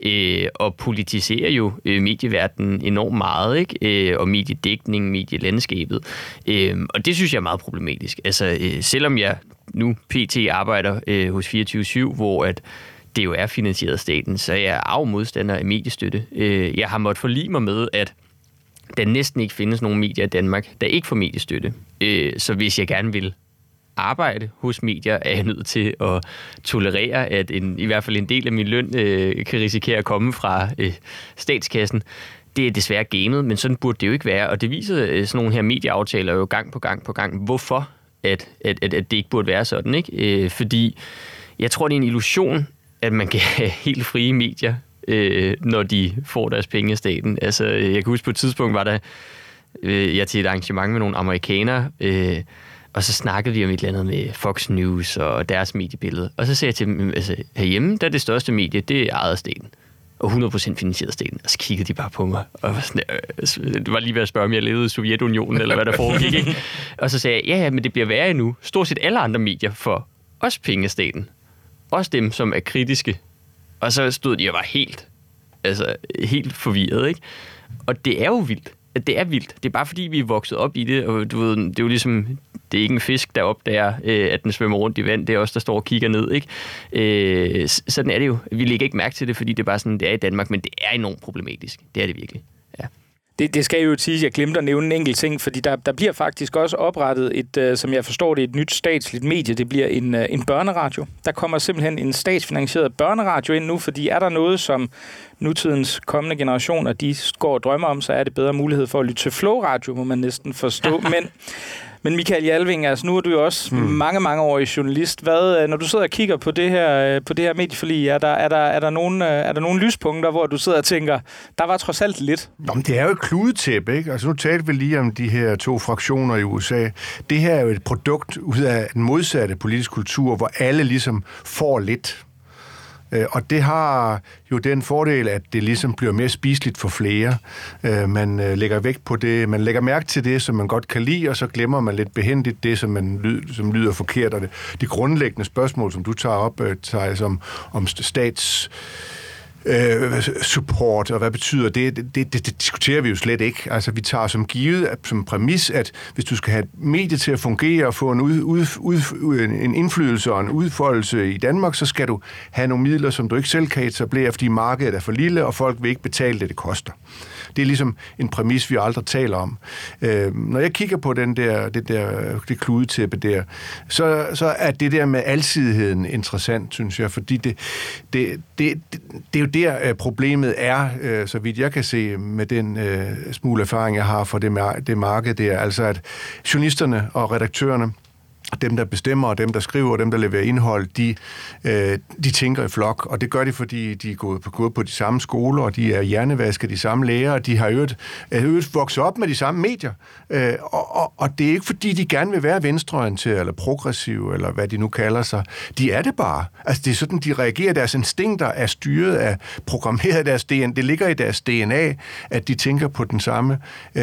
og politiserer jo medieverdenen enormt meget, ikke? Og mediedækning, medielandskabet. Og det synes jeg er meget problematisk. Altså, selvom jeg nu pt. Arbejder hos 24/7, hvor at det jo er finansieret af staten, så er jeg arg modstander af mediestøtte. Jeg har måttet forlige mig med, at der næsten ikke findes nogen medier i Danmark, der ikke får mediestøtte. Så hvis jeg gerne vil arbejde hos medier, er jeg nødt til at tolerere, at i hvert fald en del af min løn kan risikere at komme fra statskassen. Det er desværre gamet, men sådan burde det jo ikke være. Og det viser sådan nogle her medieaftaler jo gang på gang, hvorfor at det ikke burde være sådan, ikke? Fordi jeg tror, det er en illusion, at man kan have helt frie medier, når de får deres penge af staten. Altså, jeg kan huske på et tidspunkt, var der jeg til et arrangement med nogle amerikanere, og så snakkede vi om et eller andet med Fox News og deres mediebillede. Og så sagde jeg til dem, altså, herhjemme, der er det største medie, det er ejet af staten. Og 100% finansieret af staten. Og så kiggede de bare på mig. Og det var lige ved at spørge, om jeg levede i Sovjetunionen, eller hvad der foregik, ikke? Og så sagde jeg, ja, men det bliver værre endnu. Stort set alle andre medier får også penge af staten. Også dem, som er kritiske. Og så stod de og var helt forvirret, ikke? Og det er jo vildt. Det er vildt. Det er bare fordi, vi er vokset op i det, og du ved, det er jo ligesom, det er ikke en fisk, der opdager, at den svømmer rundt i vand. Det er også der står og kigger ned, ikke? Sådan er det jo. Vi lægger ikke mærke til det, fordi det er bare sådan, det er i Danmark, men det er enormt problematisk. Det er det virkelig, ja. Det skal jo sige, at jeg glemte at nævne en enkelt ting, fordi der bliver faktisk også oprettet som jeg forstår det, et nyt statsligt medie. Det bliver en børneradio. Der kommer simpelthen en statsfinansieret børneradio ind nu, fordi er der noget, som nutidens kommende generationer, de går og drømmer om, så er det bedre mulighed for at lytte til Flow-radio, må man næsten forstå. Men Michael Jalving, altså nu er du jo også mange år journalist. Når du sidder og kigger på det her medieforlig, er der nogle lyspunkter, hvor du sidder og tænker, der var trods alt lidt? Nå, men det er jo et kludetæppe, ikke? Altså nu talte vi lige om de her 2 fraktioner i USA. Det her er jo et produkt ud af den modsatte politiske kultur, hvor alle ligesom får lidt. Og det har jo den fordel, at det ligesom bliver mere spiseligt for flere. Man lægger vægt på det, man lægger mærke til det, som man godt kan lide, og så glemmer man lidt behendigt det, som lyder forkert. Og de grundlæggende spørgsmål, som du tager op, om stats support, og hvad betyder det? Det diskuterer vi jo slet ikke. Altså, vi tager som givet, som præmis, at hvis du skal have et medie til at fungere og få en indflydelse og en udfoldelse i Danmark, så skal du have nogle midler, som du ikke selv kan etablere, fordi markedet er for lille, og folk vil ikke betale det koster. Det er ligesom en præmis, vi aldrig taler om. Når jeg kigger på det kludetæppe der, så er det der med alsidigheden interessant, synes jeg, fordi det er jo der problemet er, så vidt jeg kan se med den smule erfaring, jeg har fra det marked der, altså at journalisterne og redaktørerne, dem, der bestemmer, og dem, der skriver, og dem, der leverer indhold, de tænker i flok, og det gør de, fordi de er gået på de samme skoler, og de er hjernevasket de samme lærere, og de har øvrigt vokset op med de samme medier. Og det er ikke, fordi de gerne vil være venstreorienterede, eller progressive, eller hvad de nu kalder sig. De er det bare. Altså, det er sådan, de reagerer. Deres instinkter er styret af, programmeret deres DNA. Det ligger i deres DNA, at de tænker på den samme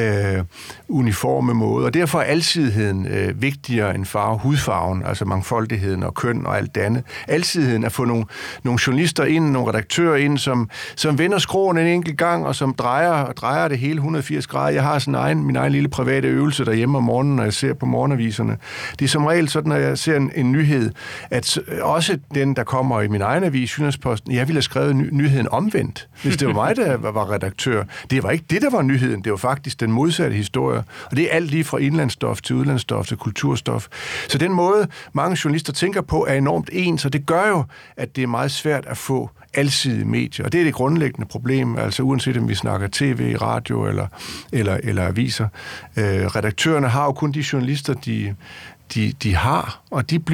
uniforme måde, og derfor er alsidigheden vigtigere end hudfarven, altså mangfoldigheden og køn og alt det andet. Alsidigheden at få nogle journalister ind, nogle redaktører ind, som vender skroen en enkelt gang, og som drejer det hele 180 grader. Jeg har sådan min egen lille private øvelse derhjemme om morgenen, når jeg ser på morgenaviserne. Det er som regel sådan, når jeg ser en nyhed, at også den, der kommer i min egen avis, Jyllandsposten, jeg ville have skrevet nyheden omvendt, hvis det var mig, der var redaktør. Det var ikke det, der var nyheden. Det var faktisk den modsatte historie. Og det er alt lige fra indlandsstof til udlandsstof til kulturstof. Så den måde, mange journalister tænker på, er enormt ens, og det gør jo, at det er meget svært at få alsidige medier. Og det er det grundlæggende problem, altså uanset om vi snakker tv, radio eller aviser. Redaktørerne har jo kun de journalister, de har, og de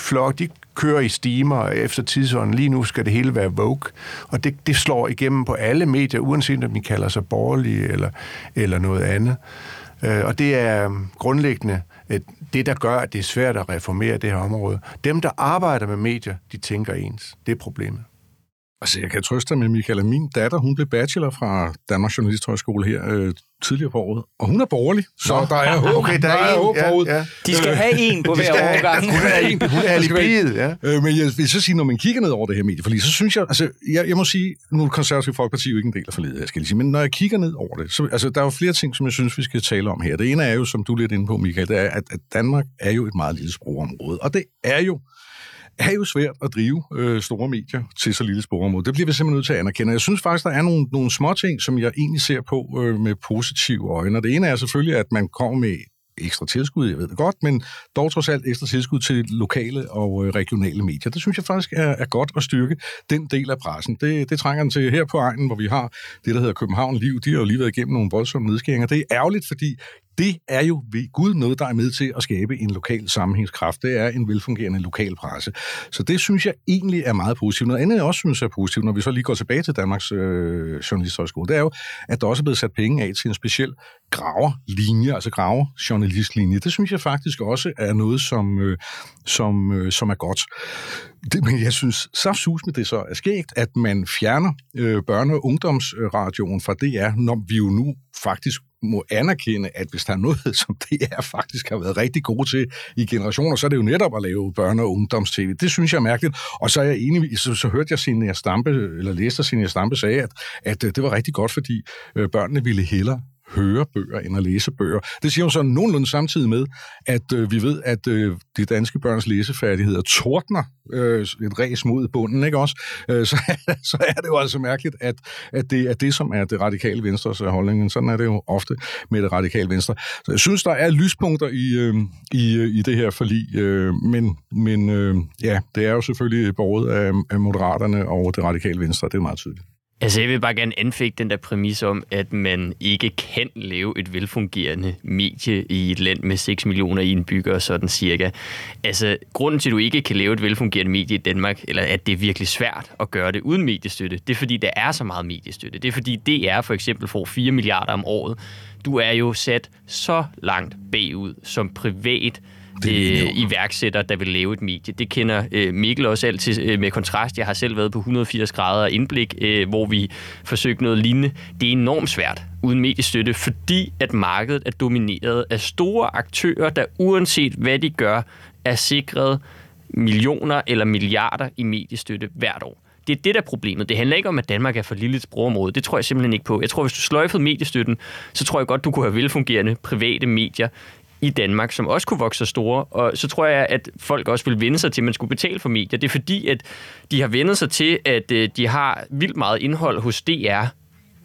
kører i stimer efter tidsånden. Lige nu skal det hele være Vogue, og det slår igennem på alle medier, uanset om de kalder sig borgerlige eller noget andet. Og det er grundlæggende det, der gør, at det er svært at reformere det her område. Dem, der arbejder med medier, de tænker ens. Det er problemet. Altså, jeg kan trøste dig med, Michael, at min datter, hun blev bachelor fra Danmarks Journalisthøjskole her tidligere på året, og hun er borgerlig, så der er håb. Okay, der er håb forud. Ja. De skal have en på hver årgang. Hun er alibiet, ja. Men jeg vil så sige, når man kigger ned over det her medieforlig, så synes jeg, altså, jeg må sige, nu er Konservative Folkeparti jo ikke en del af forliget, jeg skal lige sige, men når jeg kigger ned over det, så altså, der er jo flere ting, som jeg synes, vi skal tale om her. Det ene er jo, som du er lidt inde på, Michael, det er, at Danmark er jo et meget lille sprogområde, og det er jo svært at drive store medier til så lille sprogområde. Det bliver vi simpelthen nødt til at anerkende. Jeg synes faktisk, der er nogle små ting, som jeg egentlig ser på med positive øjne. Og det ene er selvfølgelig, at man kommer med ekstra tilskud, jeg ved det godt, men dog trods alt ekstra tilskud til lokale og regionale medier. Det synes jeg faktisk er godt at styrke den del af pressen. Det trænger den til her på egnen, hvor vi har det, der hedder København Liv. De har jo lige været igennem nogle voldsomme nedskæringer. Det er ærgerligt, fordi det er jo ved Gud noget, der er med til at skabe en lokal sammenhængskraft. Det er en velfungerende lokal presse. Så det synes jeg egentlig er meget positivt. Noget andet, jeg også synes er positivt, når vi så lige går tilbage til Danmarks Journalisthøjskole, det er jo, at der også er blevet sat penge af til en speciel graverlinje, altså graverjournalistlinje. Det synes jeg faktisk også er noget, som er godt. Men jeg synes saftsus med det så er skægt, at man fjerner børne- og ungdomsradioen fra DR, når vi jo nu faktisk må anerkende, at hvis der er noget, som DR faktisk har været rigtig gode til i generationer, så er det jo netop at lave børne- og ungdoms-tv. Det synes jeg er mærkeligt. Og så er jeg enig, så hørte jeg Zenia Stampe, eller læste Zenia Stampe sige, at det var rigtig godt, fordi børnene ville hellere høre bøger end at læse bøger. Det siger jo så nogenlunde samtidig med, at vi ved, at de danske børns læsefærdigheder tordner et ræs mod bunden, ikke også? Så er det jo altså mærkeligt, at det er det, som er det radikale venstres holdning, men sådan er det jo ofte med det radikale venstre. Så jeg synes, der er lyspunkter i det her forlig, men det er jo selvfølgelig båret af Moderaterne og det radikale venstre, det er meget tydeligt. Altså, jeg vil bare gerne anfægte den der præmis om, at man ikke kan lave et velfungerende medie i et land med 6 millioner indbyggere, sådan cirka. Altså, grunden til, at du ikke kan lave et velfungerende medie i Danmark, eller at det er virkelig svært at gøre det uden mediestøtte, det er, fordi der er så meget mediestøtte. Det er, fordi DR for eksempel får 4 milliarder om året. Du er jo sat så langt bagud som privat iværksætter, der vil lave et medie. Det kender Mikkel også altid med kontrast. Jeg har selv været på 180 grader indblik, hvor vi forsøgte noget lignende. Det er enormt svært uden mediestøtte, fordi at markedet er domineret af store aktører, der uanset hvad de gør, er sikret millioner eller milliarder i mediestøtte hvert år. Det er det, der er problemet. Det handler ikke om, at Danmark er for lille et sprogområde. Det tror jeg simpelthen ikke på. Jeg tror, hvis du sløjfede mediestøtten, så tror jeg godt, du kunne have velfungerende private medier i Danmark, som også kunne vokse så store, og så tror jeg, at folk også vil vende sig til, at man skulle betale for medier. Det er fordi, at de har vendet sig til, at de har vildt meget indhold hos DR,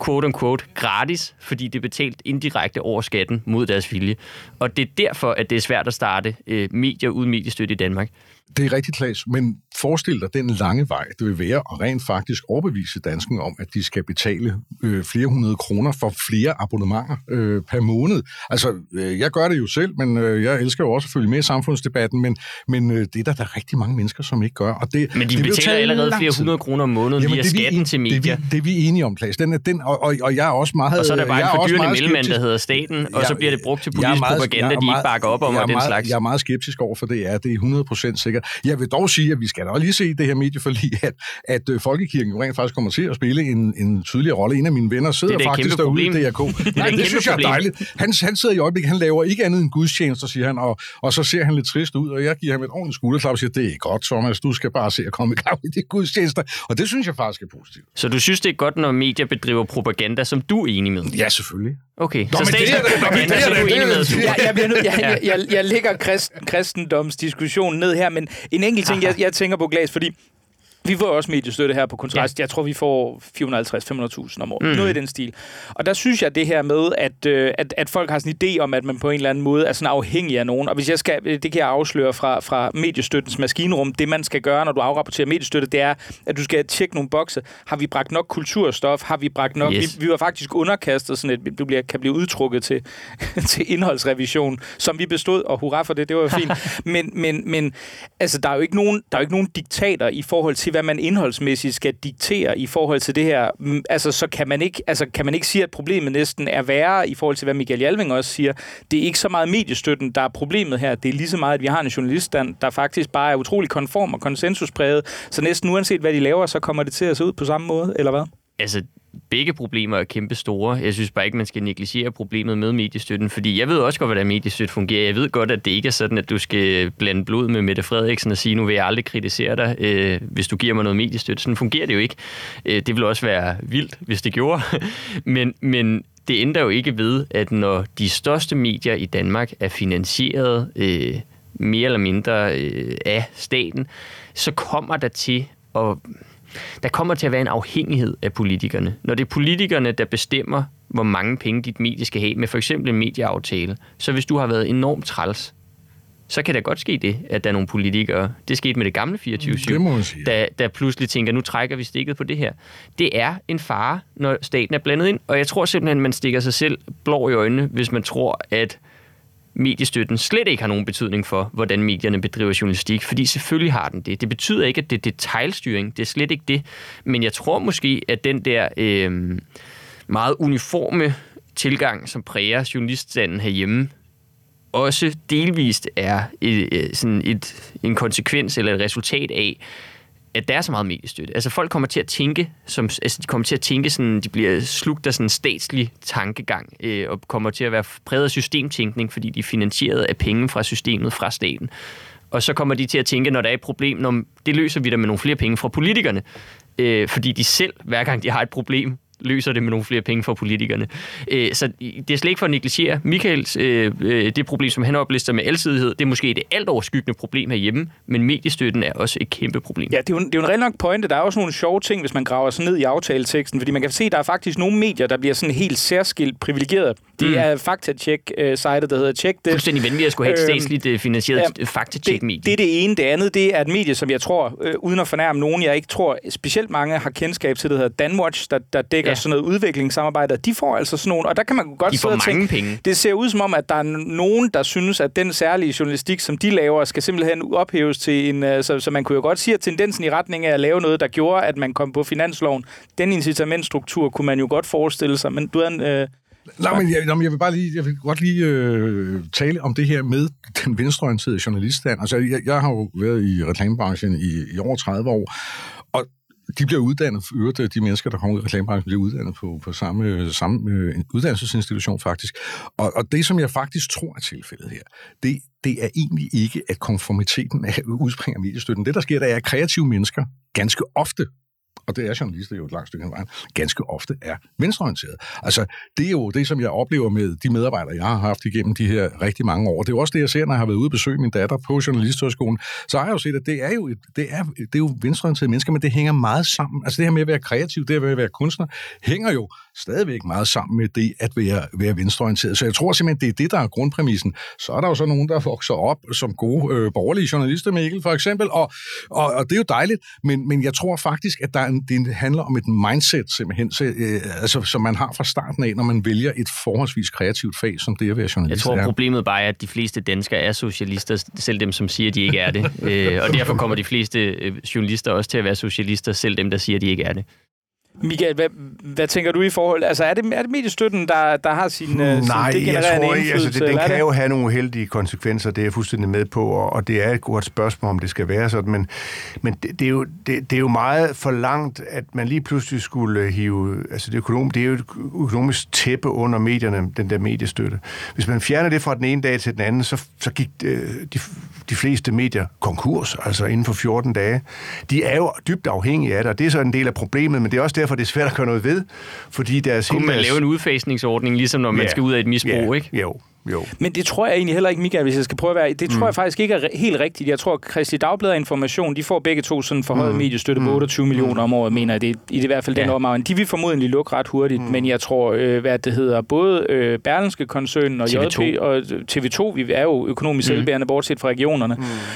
quote-unquote gratis, fordi det er betalt indirekte over skatten mod deres vilje. Og det er derfor, at det er svært at starte medier uden mediestøtte i Danmark. Det er rigtigt, Claes, men forestil dig den lange vej, det vil være at rent faktisk overbevise danskerne om, at de skal betale flere hundrede kroner for flere abonnementer per måned. Altså, jeg gør det jo selv, men jeg elsker jo også at følge med i samfundsdebatten, men det er der rigtig mange mennesker, som ikke gør. Og det, men de det betaler allerede flere hundrede kroner om måneden via skatten til medier. Det er vi enige om, Claes. Og jeg er også meget... Og så er der bare en fordyrende mellemmand, der hedder staten, og så bliver det brugt til politisk propaganda, de ikke bakker op om, og den slags. Jeg er meget skeptisk over for det, det er 100% sikkert. Jeg vil dog sige, at vi skal da lige se det her medieforlig, at Folkekirken jo rent faktisk kommer til at spille en tydeligere rolle. En af mine venner sidder faktisk derude i DRK. Nej, det synes jeg er dejligt. Han sidder i øjeblikket, han laver ikke andet end gudstjenester, siger han, og så ser han lidt trist ud, og jeg giver ham et ordentligt skulderklap og siger, det er godt, Thomas, du skal bare se at komme i gang med de gudstjenester. Og det synes jeg faktisk er positivt. Så du synes, det er godt, når medier bedriver propaganda, som du er enig med? Ja, selvfølgelig. Okay, så statspropaganda, så er du enig med? Jeg lægger kristendomsdiskussionen ned her, men en enkelt ting, jeg tænker på, Glas, fordi vi får også mediestøtte her på Kontrast. Ja. Jeg tror, vi får 450-500.000 om året. Noget i den stil. Og der synes jeg det her med, at folk har sådan en idé om, at man på en eller anden måde er sådan afhængig af nogen. Og hvis jeg skal, det kan jeg afsløre fra mediestøttens maskinrum, det man skal gøre, når du afrapporterer mediestøtte, det er, at du skal tjekke nogle bokse. Har vi bragt nok kulturstof? Har vi bragt nok? Yes. Vi var faktisk underkastet sådan et, du kan blive udtrukket til indholdsrevision, som vi bestod, og hurra for det, det var fint. Men altså, der er jo ikke nogen diktater i forhold til, hvad man indholdsmæssigt skal diktere i forhold til det her. Altså, så kan man ikke sige, at problemet næsten er værre i forhold til, hvad Michael Jalving også siger. Det er ikke så meget mediestøtten, der er problemet her. Det er lige så meget, at vi har en journaliststand, der faktisk bare er utrolig konform og konsensuspræget. Så næsten uanset, hvad de laver, så kommer det til at se ud på samme måde, eller hvad? Altså, begge problemer er kæmpe store. Jeg synes bare ikke, man skal negligere problemet med mediestøtten, fordi jeg ved også godt, hvordan mediestøtte fungerer. Jeg ved godt, at det ikke er sådan, at du skal blande blod med Mette Frederiksen og sige, nu vil jeg aldrig kritisere dig, hvis du giver mig noget mediestøtte. Sådan fungerer det jo ikke. Det ville også være vildt, hvis det gjorde. Men det ændrer jo ikke ved, at når de største medier i Danmark er finansieret mere eller mindre af staten, så kommer der til at være en afhængighed af politikerne. Når det er politikerne, der bestemmer, hvor mange penge dit medie skal have, med for eksempel en medieaftale, så hvis du har været enormt træls, så kan der godt ske det, at der er nogle politikere, det skete med det gamle 24/7, der pludselig tænker, nu trækker vi stikket på det her. Det er en fare, når staten er blandet ind, og jeg tror simpelthen, man stikker sig selv blå i øjnene, hvis man tror, at mediestøtten slet ikke har nogen betydning for, hvordan medierne bedriver journalistik, fordi selvfølgelig har den det. Det betyder ikke, at det er detailstyring, det er slet ikke det, men jeg tror måske, at den der meget uniforme tilgang, som præger journaliststanden herhjemme, også delvist er en konsekvens eller et resultat af, at der er så meget mediestøtte. Altså folk kommer til at tænke, de bliver slugt af sådan en statslig tankegang, og kommer til at være præget af systemtænkning, fordi de er finansieret af penge fra systemet, fra staten. Og så kommer de til at tænke, når der er et problem, det løser vi da med nogle flere penge fra politikerne, fordi de selv, hver gang de har et problem, løser det med nogle flere penge fra politikerne. Så det er slet ikke for at negligere Michaels, det problem, som han oplister med alsidighed, det er måske det alt overskyggende problem herhjemme, men mediestøtten er også et kæmpe problem. Ja, det er jo en rigtig nok pointe. Der er også nogle sjove ting, hvis man graver sig ned i aftaleteksten, fordi man kan se, at der er faktisk nogle medier, der bliver sådan helt særskilt privilegeret. Det er faktatjek-sitet, der hedder Check This. Fuldstændig vanvittigt at skulle have et statsligt finansieret faktatjek-medie. Det er det ene. Det andet, det er et medie, som jeg tror, uden at fornærme nogen, jeg ikke tror specielt mange har kendskab til, det hedder Danwatch, der dækker sådan noget udviklingssamarbejde. De får altså sådan nogle, og der kan man godt sidde og tænke, penge. Det ser ud som om, at der er nogen, der synes, at den særlige journalistik, som de laver, skal simpelthen ophæves til en, så man kunne jo godt sige, at tendensen i retning af at lave noget, der gjorde, at man kom på finansloven, den incitamentstruktur kunne man jo godt forestille sig, men du er en... Jeg vil godt lige tale om det her med den venstreorienterede journaliststand. Altså, jeg har jo været i reklamebranchen i over 30 år, og de bliver uddannet, de mennesker, der kommer ud i reklamebranchen, bliver uddannet på samme uddannelsesinstitution faktisk. Og det, som jeg faktisk tror er tilfældet her, det er egentlig ikke, at konformiteten udspringer mediestøtten. Det, der sker, der er kreative mennesker ganske ofte, og det er journalister jo et langt stykke af vejen, ganske ofte er venstreorienteret. Altså, det er jo det, som jeg oplever med de medarbejdere, jeg har haft igennem de her rigtig mange år. Det er jo også det, jeg ser, når jeg har været ude og besøge min datter på Journalisthøjskolen. Så har jeg jo set, at det er jo venstreorienterede mennesker, men det hænger meget sammen. Altså det her med at være kreativ, det her med at være kunstner, hænger jo stadigvæk meget sammen med det at være venstreorienteret. Så jeg tror simpelthen, det er det, der er grundpræmissen. Så er der jo så nogen, der vokser op som gode borgerlige journalister, Mikkel, for eksempel, og det er jo dejligt, men jeg tror faktisk, at det handler om et mindset simpelthen, som man har fra starten af, når man vælger et forholdsvis kreativt fag, som det at være journalist. Jeg tror, problemet bare er, at de fleste danskere er socialister, selv dem, som siger, at de ikke er det. Og derfor kommer de fleste journalister også til at være socialister, selv dem, der siger, at de ikke er det. Michael, hvad tænker du i forhold? Altså, er det mediestøtten, der har sin Nej, jeg tror ikke. Altså, den kan jo have nogle uheldige konsekvenser, det er jeg fuldstændig med på, og det er et godt spørgsmål, om det skal være sådan, men det er jo meget for langt, at man lige pludselig skulle hive, altså det er jo et økonomisk tæppe under medierne, den der mediestøtte. Hvis man fjerner det fra den ene dag til den anden, så gik de fleste medier konkurs, altså inden for 14 dage. De er jo dybt afhængige af det, og det er så en del af problemet, men det er også derfor, det er svært at gøre noget ved, fordi deres... Kunne man lave en udfasningsordning, ligesom når man skal ud af et misbrug, ikke? Jo. Men det tror jeg egentlig heller ikke, Michael, hvis jeg skal prøve at være... Det tror jeg faktisk ikke er helt rigtigt. Jeg tror, at Kristeligt Dagblad og Information, de får begge to sådan forhøjet mediestøtte på 28 millioner om året, mener jeg. Det i hvert fald den omegn. De vil formodentlig lukke ret hurtigt, men jeg tror, både Berlingske-koncernen og TV2. JP og TV2, vi er jo økonomisk selvbærende, bortset fra regionerne.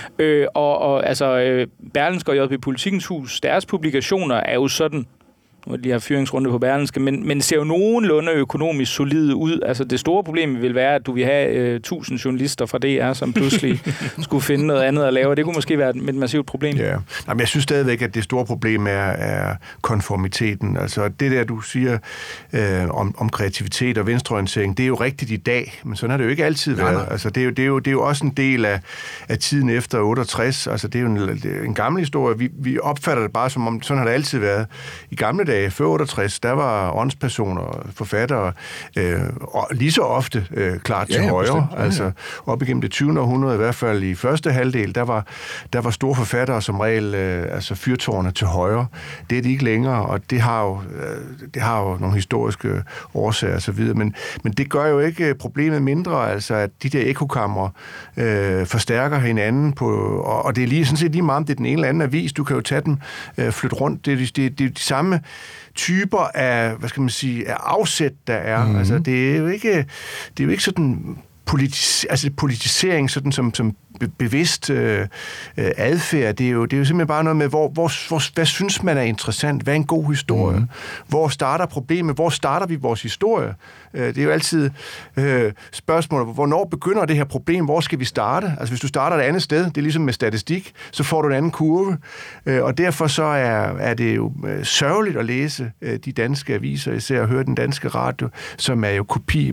Berlingske og JP Politikens Hus, deres publikationer er jo sådan... de har fyringsrunde på Berlingske, men ser jo nogenlunde økonomisk solide ud. Altså det store problem vil være, at du vil have 1000 journalister fra DR, som pludselig skulle finde noget andet at lave. Det kunne måske være et massivt problem. Ja. Jamen, jeg synes stadigvæk, at det store problem er konformiteten. Altså det der, du siger om kreativitet og venstreorientering, det er jo rigtigt i dag, men sådan har det jo ikke altid været. Ja. Altså det er jo også en del af tiden efter 68. Altså det er jo en gammel historie. Vi opfatter det bare som om, sådan har det altid været. I gamle dage, før 68, der var åndspersoner, forfattere, og lige så ofte klart til højre. Altså op igennem det 20. århundrede, i hvert fald i første halvdel, der var store forfattere som regel, fyrtårne til højre. Det er de ikke længere, og det har jo nogle historiske årsager og så videre. Men det gør jo ikke problemet mindre, altså at de der ekokamre forstærker hinanden og det er sådan set lige meget, om det er den ene eller anden avis. Du kan jo tage dem, flytte rundt. Det er de samme typer af, af afsæt, der er. Mm-hmm. Altså, det er jo ikke sådan politisering, sådan som bevidst adfærd. Det er jo simpelthen bare noget med, hvad synes man er interessant? Hvad er en god historie? Mm. Hvor starter problemet? Hvor starter vi vores historie? Det er jo altid spørgsmålet, hvornår begynder det her problem? Hvor skal vi starte? Altså hvis du starter et andet sted, det er ligesom med statistik, så får du en anden kurve. Og derfor så er det jo sørgeligt at læse de danske aviser, især at høre den danske radio, som er jo kopi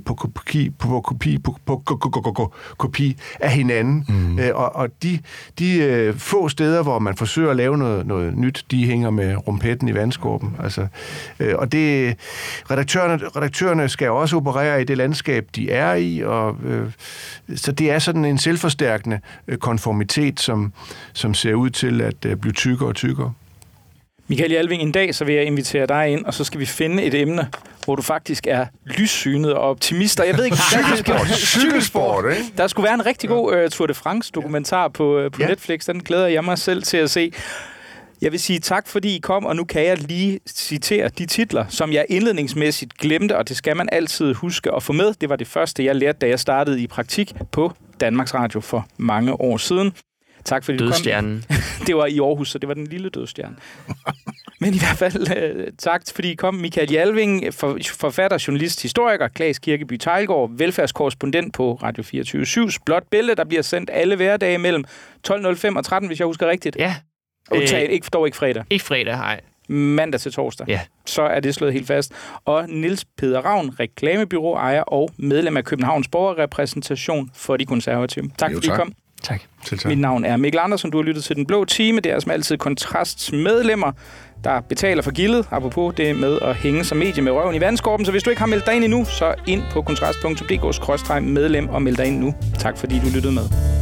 på kopi af hinanden. Mm. Og de få steder, hvor man forsøger at lave noget nyt, de hænger med rumpetten i vandskorben. Altså, og det redaktørerne skal også operere i det landskab, de er i, og så det er sådan en selvforstærkende konformitet, som ser ud til at blive tykkere og tykkere. Michael Jalving, en dag så vil jeg invitere dig ind, og så skal vi finde et emne, hvor du faktisk er lyssynet og optimist. Jeg ved ikke, cykelsport, ikke? Der skulle være en rigtig god Tour de France-dokumentar på Netflix. Den glæder jeg mig selv til at se. Jeg vil sige tak, fordi I kom, og nu kan jeg lige citere de titler, som jeg indledningsmæssigt glemte, og det skal man altid huske at få med. Det var det første, jeg lærte, da jeg startede i praktik på Danmarks Radio for mange år siden. Tak fordi Dødstjernen. Du kom. Det var i Aarhus, så det var den lille dødstjerne. Men i hvert fald tak, fordi I kom. Michael Jalving, forfatter, journalist, historiker, Claes Kirkeby Teilgaard, velfærdskorrespondent på Radio 24/7's Blåt Bælte, der bliver sendt alle hverdage mellem 12.05 og 13, hvis jeg husker rigtigt. Ja. Ikke fredag. Ikke fredag, nej. Mandag til torsdag. Ja. Så er det slået helt fast. Og Niels Peder Ravn, reklamebyrå, ejer og medlem af Københavns Borgerrepræsentation for de konservative. Tak fordi I kom. Tak. Mit navn er Mikkel Andersen, du har lyttet til Den Blå Time. Det er som altid Kontrasts medlemmer, der betaler for gildet. Apropos det med at hænge som medie med røven i vandskorben. Så hvis du ikke har meldt dig ind endnu, så ind på kontrast.dk/medlem og meld dig ind nu. Tak fordi du lyttede med.